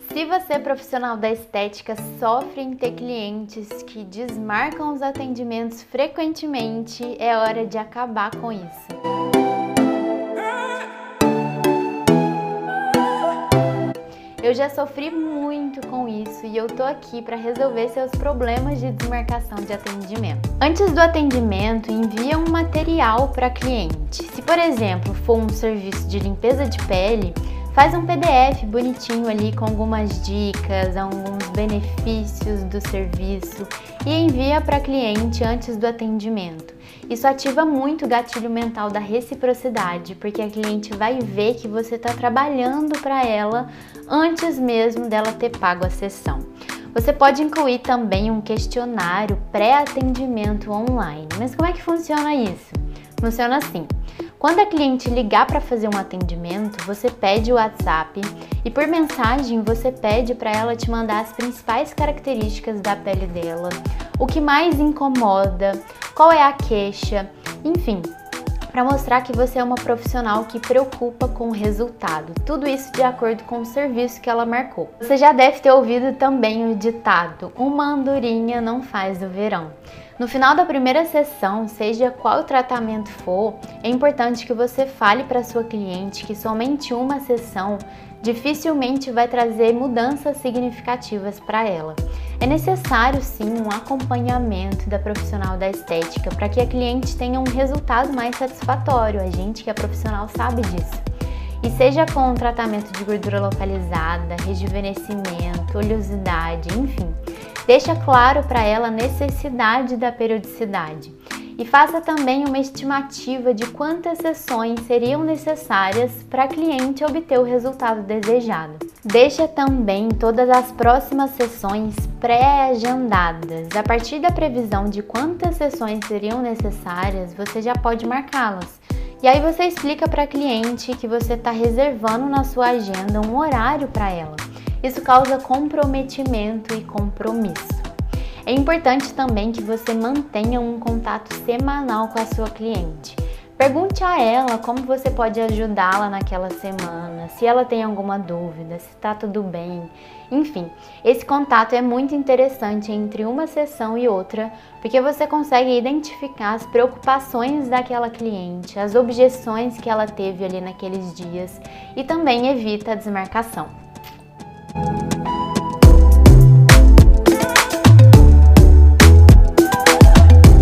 Se você é profissional da estética, sofre em ter clientes que desmarcam os atendimentos frequentemente, é hora de acabar com isso. Eu já sofri muito com isso e eu tô aqui para resolver seus problemas de desmarcação de atendimento. Antes do atendimento, envia um material para cliente. Se, por exemplo, for um serviço de limpeza de pele, faz um PDF bonitinho ali com algumas dicas, alguns benefícios do serviço e envia para cliente antes do atendimento. Isso ativa muito o gatilho mental da reciprocidade, porque a cliente vai ver que você está trabalhando para ela antes mesmo dela ter pago a sessão. Você pode incluir também um questionário pré-atendimento online. Mas como é que funciona isso? Funciona assim. Quando a cliente ligar para fazer um atendimento, você pede o WhatsApp e por mensagem você pede para ela te mandar as principais características da pele dela, o que mais incomoda, qual é a queixa, enfim, para mostrar que você é uma profissional que preocupa com o resultado, tudo isso de acordo com o serviço que ela marcou. Você já deve ter ouvido também o ditado, uma andorinha não faz o verão. No final da primeira sessão, seja qual o tratamento for, é importante que você fale para sua cliente que somente uma sessão dificilmente vai trazer mudanças significativas para ela. É necessário sim um acompanhamento da profissional da estética para que a cliente tenha um resultado mais satisfatório. A gente que é profissional sabe disso. E seja com tratamento de gordura localizada, rejuvenescimento, oleosidade, enfim. Deixa claro para ela a necessidade da periodicidade e faça também uma estimativa de quantas sessões seriam necessárias para a cliente obter o resultado desejado. Deixa também todas as próximas sessões pré-agendadas. A partir da previsão de quantas sessões seriam necessárias, você já pode marcá-las. E aí você explica para a cliente que você está reservando na sua agenda um horário para ela. Isso causa comprometimento e compromisso. É importante também que você mantenha um contato semanal com a sua cliente. Pergunte a ela como você pode ajudá-la naquela semana, se ela tem alguma dúvida, se está tudo bem. Enfim, esse contato é muito interessante entre uma sessão e outra, porque você consegue identificar as preocupações daquela cliente, as objeções que ela teve ali naqueles dias e também evita a desmarcação.